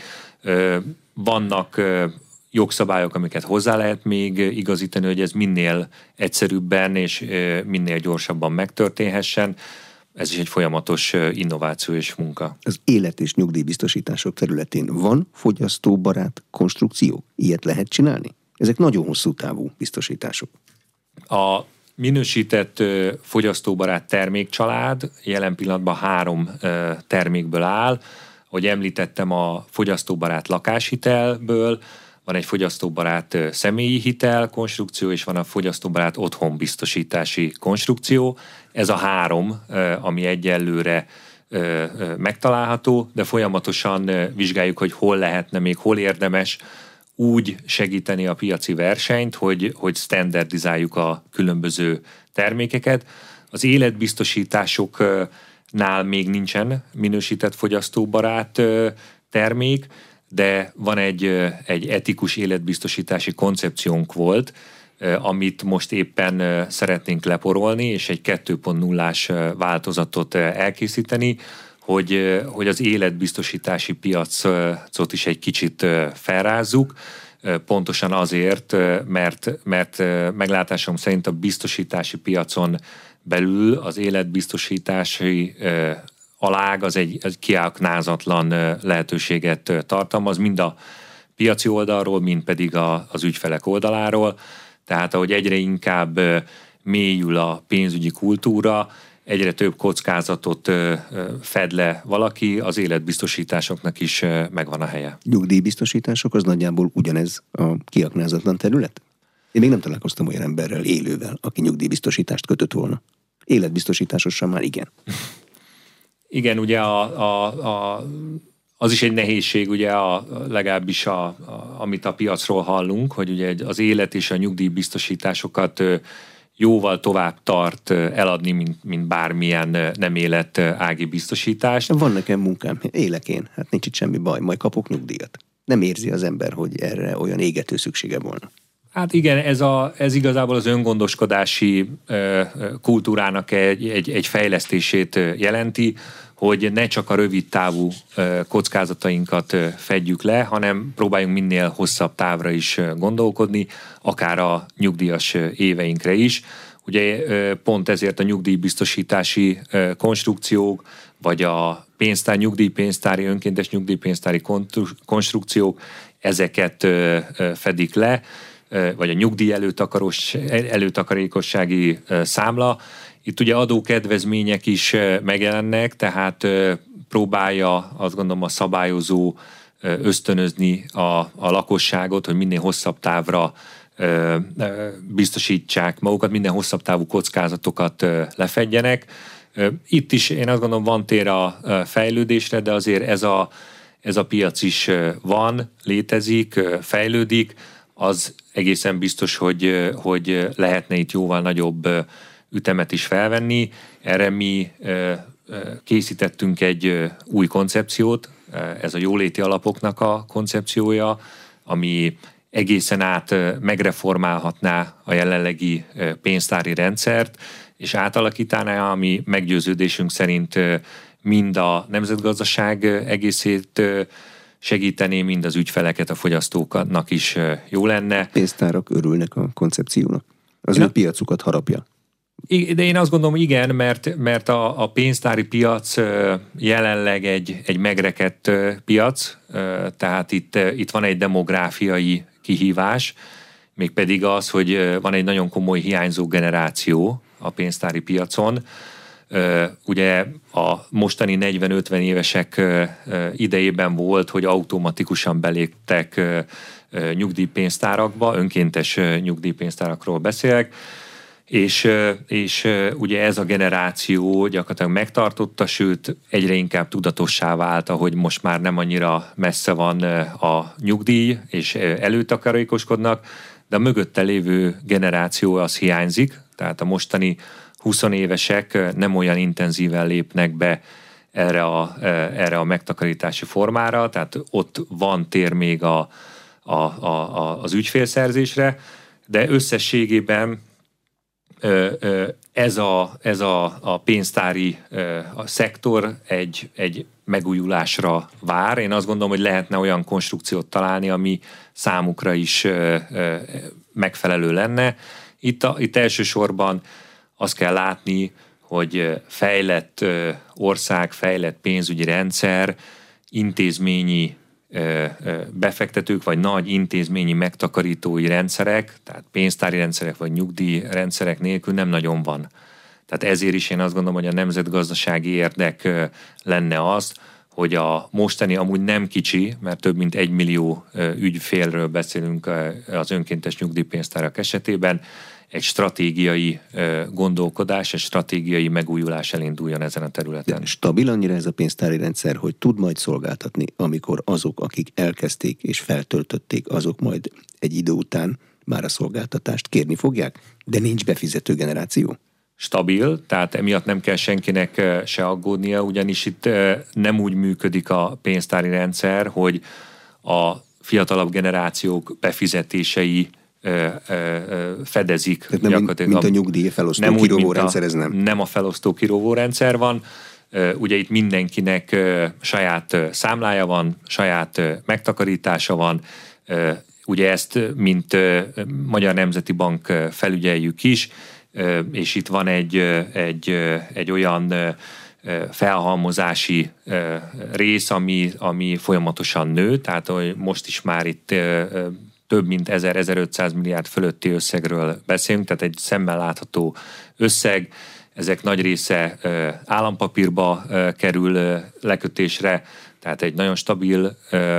vannak jogszabályok, amiket hozzá lehet még igazítani, hogy ez minél egyszerűbben és minél gyorsabban megtörténhessen. Ez is egy folyamatos innováció és munka. Az élet- és nyugdíjbiztosítások területén van fogyasztóbarát konstrukció? Ilyet lehet csinálni? Ezek nagyon hosszú távú biztosítások. A minősített fogyasztóbarát termékcsalád jelen pillanatban három termékből áll. Ahogy említettem, a fogyasztóbarát lakáshitelből, van egy fogyasztóbarát személyi hitel konstrukció, és van a fogyasztóbarát otthonbiztosítási konstrukció. Ez a három, ami egyelőre megtalálható, de folyamatosan vizsgáljuk, hogy hol lehetne, még hol érdemes úgy segíteni a piaci versenyt, hogy, hogy standardizáljuk a különböző termékeket. Az életbiztosításoknál még nincsen minősített fogyasztóbarát termék, de van egy, egy etikus életbiztosítási koncepciónk volt, amit most éppen szeretnénk leporolni, és egy kettő pont nullás változatot elkészíteni, hogy, hogy az életbiztosítási piacot is egy kicsit felrázzuk, pontosan azért, mert, mert meglátásom szerint a biztosítási piacon belül az életbiztosítási alág az egy, egy kiaknázatlan lehetőséget tartalmaz, mind a piaci oldalról, mind pedig a, az ügyfelek oldaláról. Tehát ahogy egyre inkább mélyül a pénzügyi kultúra, egyre több kockázatot fed le valaki, az életbiztosításoknak is megvan a helye. Nyugdíjbiztosítások az nagyjából ugyanez a kiaknázatlan terület? Én még nem találkoztam olyan emberrel, élővel, aki nyugdíjbiztosítást kötött volna. Életbiztosításosan már igen. Igen, ugye a, a, a, az is egy nehézség, ugye a, legalábbis a, a, amit a piacról hallunk, hogy ugye az élet és a nyugdíjbiztosításokat jóval tovább tart eladni, mint, mint bármilyen nem élet ági biztosítást. Van nekem munkám, élek én, hát nincs itt semmi baj, majd kapok nyugdíjat. Nem érzi az ember, hogy erre olyan égető szüksége volna. Hát igen, ez, a, ez igazából az öngondoskodási ö, kultúrának egy, egy, egy fejlesztését jelenti, hogy ne csak a rövid távú ö, kockázatainkat ö, fedjük le, hanem próbáljunk minél hosszabb távra is ö, gondolkodni, akár a nyugdíjas ö, éveinkre is. Ugye ö, pont ezért a nyugdíjbiztosítási ö, konstrukciók, vagy a pénztár, nyugdíjpénztári, önkéntes nyugdíjpénztári konstrukciók, ezeket ö, ö, fedik le, vagy a nyugdíj előtakarékossági számla, Itt ugye adókedvezmények is megjelennek, tehát próbálja azt gondolom a szabályozó ösztönözni a, a lakosságot, hogy minél hosszabb távra biztosítsák magukat, minden hosszabb távú kockázatokat lefedjenek. Itt is én azt gondolom van tér a fejlődésre, de azért ez a, ez a piac is van, létezik, fejlődik, az egészen biztos, hogy, hogy lehetne itt jóval nagyobb ütemet is felvenni. Erre mi készítettünk egy új koncepciót, ez a jóléti alapoknak a koncepciója, ami egészen át megreformálhatná a jelenlegi pénztári rendszert, és átalakítaná, ami meggyőződésünk szerint mind a nemzetgazdaság egészét segítené, mind az ügyfeleket, a fogyasztóknak is jó lenne. Pénztárak örülnek a koncepciónak. Az ő piacukat harapja. De én azt gondolom, igen, mert, mert a, a pénztári piac jelenleg egy, egy megrekedt piac, tehát itt, itt van egy demográfiai kihívás, mégpedig az, hogy van egy nagyon komoly hiányzó generáció a pénztári piacon. Ugye a mostani negyven-ötven évesek idejében volt, hogy automatikusan beléptek nyugdíjpénztárakba, önkéntes nyugdíjpénztárakról beszélek, és, és ugye ez a generáció gyakorlatilag megtartotta, sőt egyre inkább tudatossá vált, hogy most már nem annyira messze van a nyugdíj, és előtakarékoskodnak, de a mögötte lévő generáció az hiányzik, tehát a mostani húsz évesek nem olyan intenzíven lépnek be erre a, erre a megtakarítási formára, tehát ott van tér még a, a, a, az ügyfélszerzésre, de összességében ez a, ez a, a pénztári a szektor egy, egy megújulásra vár. Én azt gondolom, hogy lehetne olyan konstrukciót találni, ami számukra is megfelelő lenne. Itt, a, itt elsősorban azt kell látni, hogy fejlett ország, fejlett pénzügyi rendszer, intézményi befektetők, vagy nagy intézményi megtakarítói rendszerek, tehát pénztári rendszerek, vagy nyugdíjrendszerek nélkül nem nagyon van. Tehát ezért is én azt gondolom, hogy a nemzetgazdasági érdek lenne az, hogy a mostani amúgy nem kicsi, mert több mint egy millió ügyfélről beszélünk az önkéntes nyugdíjpénztárak esetében, egy stratégiai gondolkodás, egy stratégiai megújulás elinduljon ezen a területen. De stabil annyira ez a pénztári rendszer, hogy tud majd szolgáltatni, amikor azok, akik elkezdték és feltöltötték, azok majd egy idő után már a szolgáltatást kérni fogják, de nincs befizető generáció? Stabil, tehát emiatt nem kell senkinek se aggódnia, ugyanis itt nem úgy működik a pénztári rendszer, hogy a fiatalabb generációk befizetései fedezik. Tehát nem mint a nyugdíj felosztó kirówó rendszer, ez nem? Nem a felosztó kirówó rendszer van. Ugye itt mindenkinek saját számlája van, saját megtakarítása van. Ugye ezt, mint Magyar Nemzeti Bank felügyeljük is, és itt van egy, egy, egy olyan felhalmozási rész, ami, ami folyamatosan nő, tehát hogy most is már itt több mint ezer-ezerötszáz milliárd fölötti összegről beszélünk, tehát egy szemmel látható összeg. Ezek nagy része állampapírba kerül lekötésre, tehát egy nagyon stabil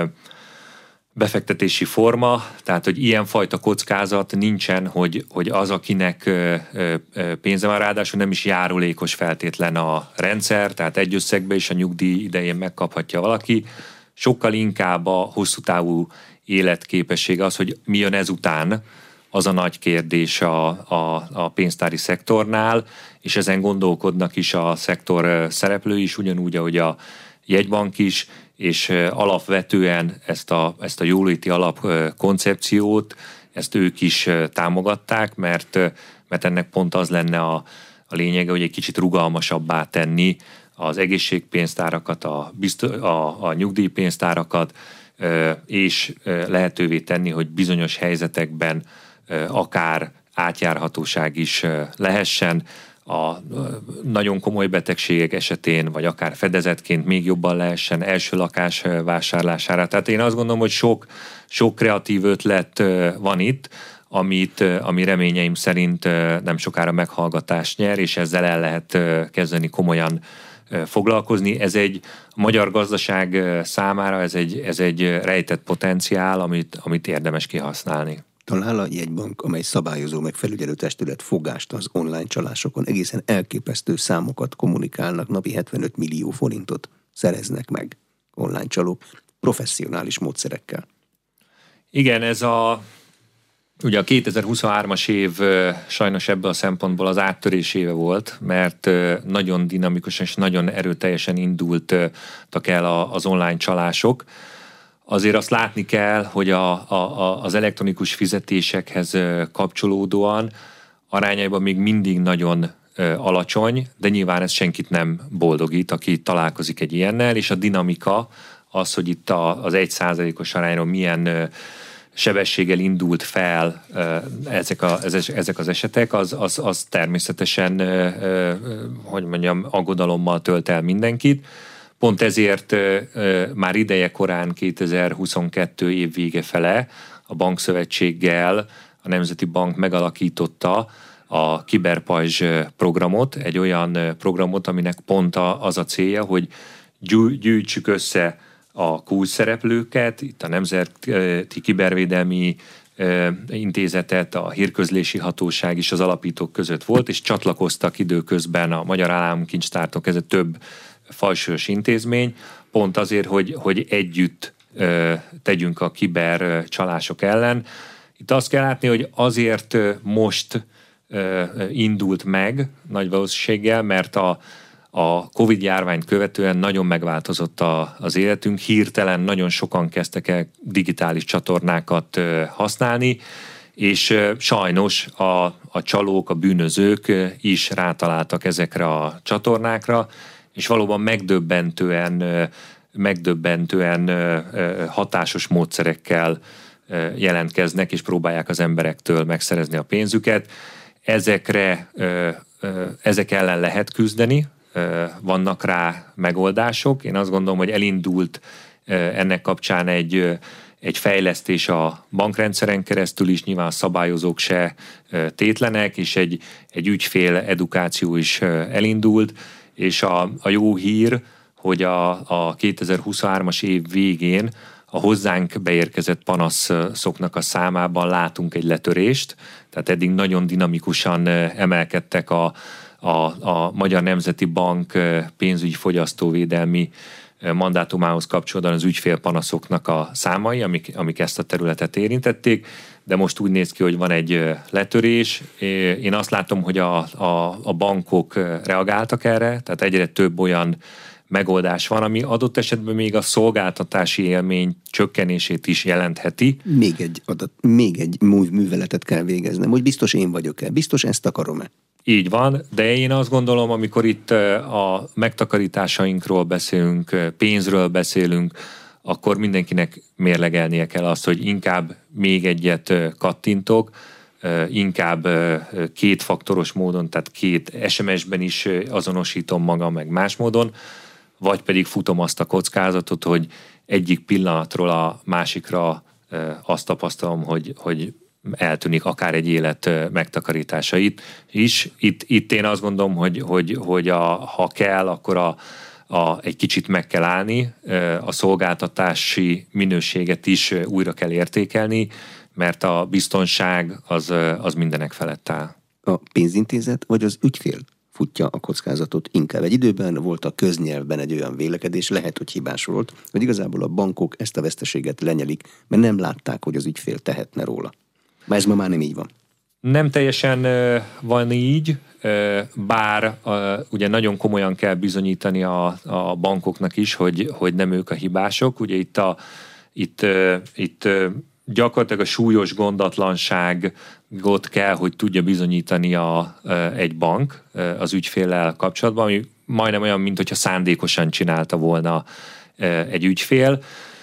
befektetési forma, tehát hogy ilyenfajta kockázat nincsen, hogy, hogy az, akinek pénze van, ráadásul nem is járulékos feltétlen a rendszer, tehát egy összegbe is a nyugdíj idején megkaphatja valaki, sokkal inkább a hosszú távú életképessége az, hogy mi jön ezután, az a nagy kérdés a, a, a pénztári szektornál, és ezen gondolkodnak is a szektor szereplői is, ugyanúgy, ahogy a jegybank is, és alapvetően ezt a, ezt a jóléti alap koncepciót, ezt ők is támogatták, mert, mert ennek pont az lenne a, a lényege, hogy egy kicsit rugalmasabbá tenni az egészségpénztárakat, a, a, a nyugdíjpénztárakat, és lehetővé tenni, hogy bizonyos helyzetekben akár átjárhatóság is lehessen, a nagyon komoly betegségek esetén, vagy akár fedezetként még jobban lehessen első lakás vásárlására. Tehát én azt gondolom, hogy sok, sok kreatív ötlet van itt. amit, ami reményeim szerint nem sokára meghallgatást nyer, és ezzel el lehet kezdeni komolyan foglalkozni. Ez egy a magyar gazdaság számára ez egy, ez egy rejtett potenciál, amit, amit érdemes kihasználni. Talál a jegybank, amely szabályozó meg felügyelőtestület fogást az online csalásokon, egészen elképesztő számokat kommunikálnak, napi hetvenöt millió forintot szereznek meg online csalók professzionális módszerekkel. Igen, ez a ugye a kétezer-huszonhármas év sajnos ebből a szempontból az áttörés éve volt, mert nagyon dinamikusan és nagyon erőteljesen indultak el az online csalások. Azért azt látni kell, hogy a, a, az elektronikus fizetésekhez kapcsolódóan arányaiban még mindig nagyon alacsony, de nyilván ez senkit nem boldogít, aki találkozik egy ilyennel, és a dinamika az, hogy itt az egy százalékos arányról milyen sebességgel indult fel ezek, a, ezek az esetek, az, az, az természetesen, hogy mondjam, aggodalommal tölt el mindenkit. Pont ezért már ideje korán kétezer-huszonkettő év vége fele a Bankszövetséggel a Nemzeti Bank megalakította a Kiberpajzs programot, egy olyan programot, aminek pont az a célja, hogy gyűjtsük össze a kulcsszereplőket, itt a Nemzeti Kibervédelmi Intézetet, a Hírközlési Hatóság is az alapítók között volt, és csatlakoztak időközben a Magyar Államkincstártól kezdve több fajsúlyos intézmény, pont azért, hogy, hogy együtt tegyünk a kiber csalások ellen. Itt azt kell látni, hogy azért most indult meg nagy valószínűséggel, mert a A Covid-járványt követően nagyon megváltozott a, az életünk, hirtelen nagyon sokan kezdtek el digitális csatornákat használni, és sajnos a, a csalók, a bűnözők is rátaláltak ezekre a csatornákra, és valóban megdöbbentően, megdöbbentően hatásos módszerekkel jelentkeznek, és próbálják az emberektől megszerezni a pénzüket. Ezekre, ezek ellen lehet küzdeni, vannak rá megoldások. Én azt gondolom, hogy elindult ennek kapcsán egy, egy fejlesztés a bankrendszeren keresztül is, nyilván a szabályozók se tétlenek, és egy, egy ügyfél edukáció is elindult, és a, a jó hír, hogy a, a kétezer-huszonhármas év végén a hozzánk beérkezett panaszoknak a számában látunk egy letörést, tehát eddig nagyon dinamikusan emelkedtek a A, a Magyar Nemzeti Bank pénzügyi fogyasztóvédelmi mandátumához kapcsolódóan az ügyfélpanaszoknak a számai, amik, amik ezt a területet érintették, de most úgy néz ki, hogy van egy letörés. Én azt látom, hogy a, a, a bankok reagáltak erre, tehát egyre több olyan megoldás van, ami adott esetben még a szolgáltatási élmény csökkenését is jelentheti. Még egy adat, még egy műveletet kell végeznem, hogy biztos én vagyok-e, biztos ezt akarom-e. Így van, de én azt gondolom, amikor itt a megtakarításainkról beszélünk, pénzről beszélünk, akkor mindenkinek mérlegelnie kell azt, hogy inkább még egyet kattintok, inkább kétfaktoros módon, tehát két es em es-ben is azonosítom magam meg más módon, vagy pedig futom azt a kockázatot, hogy egyik pillanatról a másikra azt tapasztalom, hogy, hogy eltűnik akár egy élet megtakarításait is. Itt, itt én azt gondolom, hogy, hogy, hogy a, ha kell, akkor a, a, egy kicsit meg kell állni, a szolgáltatási minőséget is újra kell értékelni, mert a biztonság az, az mindenek felett áll. A pénzintézet vagy az ügyfél futja a kockázatot inkább? Egy időben volt a köznyelvben egy olyan vélekedés, lehet, hogy hibás volt, hogy igazából a bankok ezt a veszteséget lenyelik, mert nem látták, hogy az ügyfél tehetne róla. Már ez ma már nem így van. Nem teljesen van így, bár ugye nagyon komolyan kell bizonyítani a, a bankoknak is, hogy, hogy nem ők a hibások. Ugye itt, a, itt, itt gyakorlatilag a súlyos gondatlanságot kell, hogy tudja bizonyítani a, egy bank az ügyféllel kapcsolatban, ami majdnem olyan, mint hogyha szándékosan csinálta volna egy ügyfél.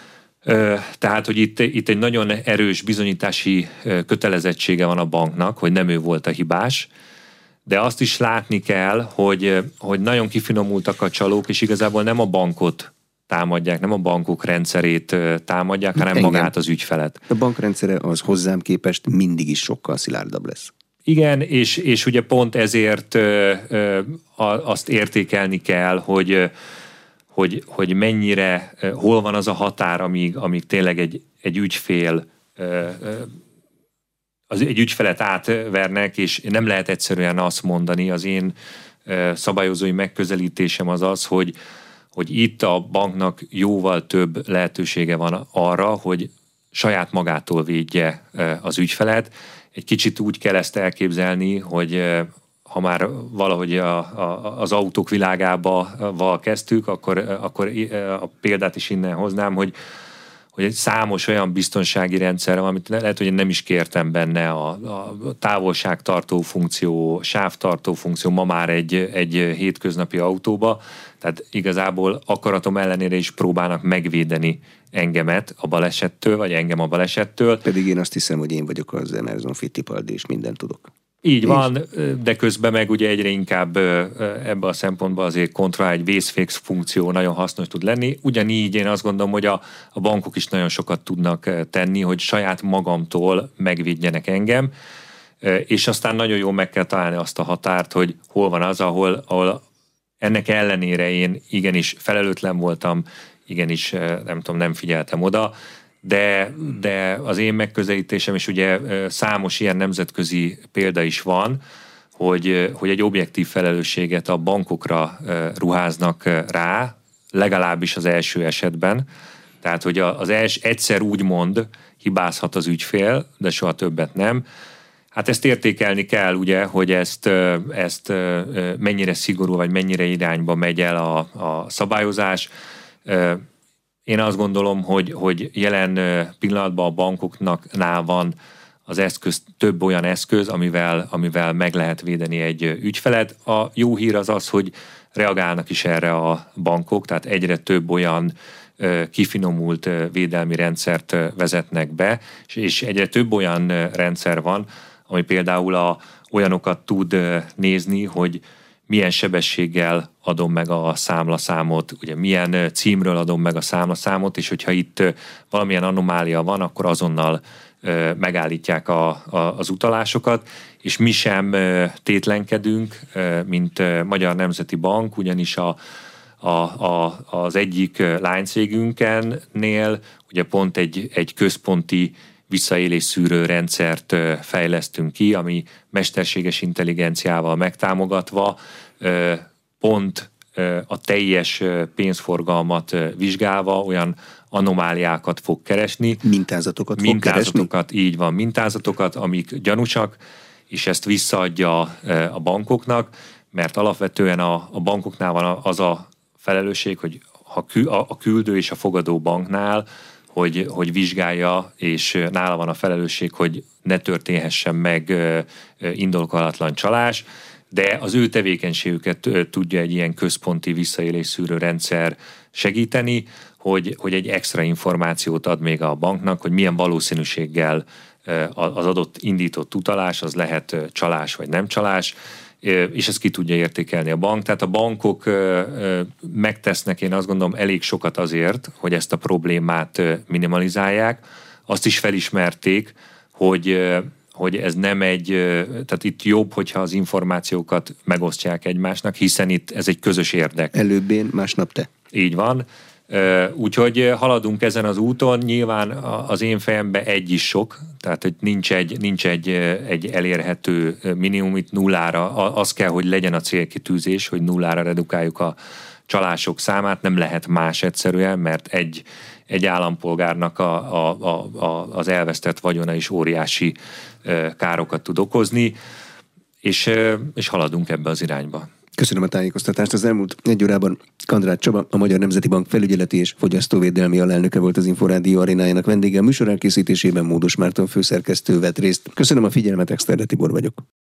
Tehát, hogy itt, itt egy nagyon erős bizonyítási kötelezettsége van a banknak, hogy nem ő volt a hibás, de azt is látni kell, hogy, hogy nagyon kifinomultak a csalók, és igazából nem a bankot támadják, nem a bankok rendszerét támadják, hanem engem. magát az ügyfelet. A bankrendszere az hozzám képest mindig is sokkal szilárdabb lesz. Igen, és, és ugye pont ezért ö, ö, azt értékelni kell, hogy, hogy, hogy mennyire, hol van az a határ, amíg, amíg tényleg egy, egy ügyfél, ö, az egy ügyfelet átvernek, és nem lehet egyszerűen azt mondani, az én ö, szabályozói megközelítésem az az, hogy, hogy itt a banknak jóval több lehetősége van arra, hogy saját magától védje ö, az ügyfelet. Egy kicsit úgy kell ezt elképzelni, hogy ha már valahogy a, a, az autók világába kezdtük, akkor, akkor a példát is innen hoznám, hogy, hogy egy számos olyan biztonsági rendszer van, amit lehet, hogy én nem is kértem benne, a, a távolságtartó funkció, sávtartó funkció ma már egy, egy hétköznapi autóba, tehát igazából akaratom ellenére is próbálnak megvédeni engemet a balesettől, vagy engem a balesettől. Pedig én azt hiszem, hogy én vagyok az Emerson Fittipaldi, és mindent tudok. Így és? Van, de közben meg ugye egyre inkább ebben a szempontból azért kontra egy vészfék funkció nagyon hasznos tud lenni. Ugyanígy én azt gondolom, hogy a, a bankok is nagyon sokat tudnak tenni, hogy saját magamtól megvédjenek engem, és aztán nagyon jól meg kell találni azt a határt, hogy hol van az, ahol, ahol ennek ellenére én igenis felelőtlen voltam, igenis nem tudom, nem figyeltem oda, de, de az én megközelítésem, és ugye számos ilyen nemzetközi példa is van, hogy, hogy egy objektív felelősséget a bankokra ruháznak rá, legalábbis az első esetben. Tehát, hogy az els, egyszer úgymond hibázhat az ügyfél, de soha többet nem. Hát ezt értékelni kell, ugye, hogy ezt, ezt mennyire szigorú, vagy mennyire irányba megy el a, a szabályozás. Én azt gondolom, hogy, hogy jelen pillanatban a bankoknál van az eszköz, több olyan eszköz, amivel, amivel meg lehet védeni egy ügyfelet. A jó hír az az, hogy reagálnak is erre a bankok, tehát egyre több olyan kifinomult védelmi rendszert vezetnek be, és egyre több olyan rendszer van, ami például a, olyanokat tud nézni, hogy milyen sebességgel adom meg a számlaszámot, ugye milyen címről adom meg a számlaszámot, és hogyha itt valamilyen anomália van, akkor azonnal megállítják a, a, az utalásokat, és mi sem tétlenkedünk, mint Magyar Nemzeti Bank, ugyanis a, a, a, az egyik lánycégünkennél ugye pont egy, egy központi visszaélés szűrő rendszert fejlesztünk ki, ami mesterséges intelligenciával megtámogatva pont a teljes pénzforgalmat vizsgálva olyan anomáliákat fog keresni. Mintázatokat fog Mintázatokat, keresni? így van, mintázatokat, amik gyanúsak, és ezt visszaadja a bankoknak, mert alapvetően a, a bankoknál van az a felelősség, hogy ha a küldő és a fogadó banknál, hogy, hogy vizsgálja, és nála van a felelősség, hogy ne történhessen meg indokolatlan csalás, de az ő tevékenységüket tudja egy ilyen központi visszaélésszűrő rendszer segíteni, hogy, hogy egy extra információt ad még a banknak, hogy milyen valószínűséggel az adott indított utalás, az lehet csalás vagy nem csalás, és ezt ki tudja értékelni a bank. Tehát a bankok megtesznek, én azt gondolom, elég sokat azért, hogy ezt a problémát minimalizálják. Azt is felismerték, hogy, hogy ez nem egy, tehát itt jobb, hogyha az információkat megosztják egymásnak, hiszen itt ez egy közös érdek. Előbb én, másnap te. Így van. Úgyhogy haladunk ezen az úton, nyilván az én fejemben egy is sok, tehát hogy nincs egy, nincs egy, egy elérhető minimum, itt nullára, az kell, hogy legyen a célkitűzés, hogy nullára redukáljuk a csalások számát, nem lehet más egyszerűen, mert egy, egy állampolgárnak a, a, a, a, az elvesztett vagyona is óriási károkat tud okozni, és, és haladunk ebbe az irányba. Köszönöm a tájékoztatást. Az elmúlt egy órában Kandráth Csaba, a Magyar Nemzeti Bank felügyeleti és fogyasztóvédelmi alelnöke volt az Inforádió arénájának vendége. A műsor elkészítésében Módos Márton főszerkesztő vett részt. Köszönöm a figyelmet, Exterde Tibor vagyok.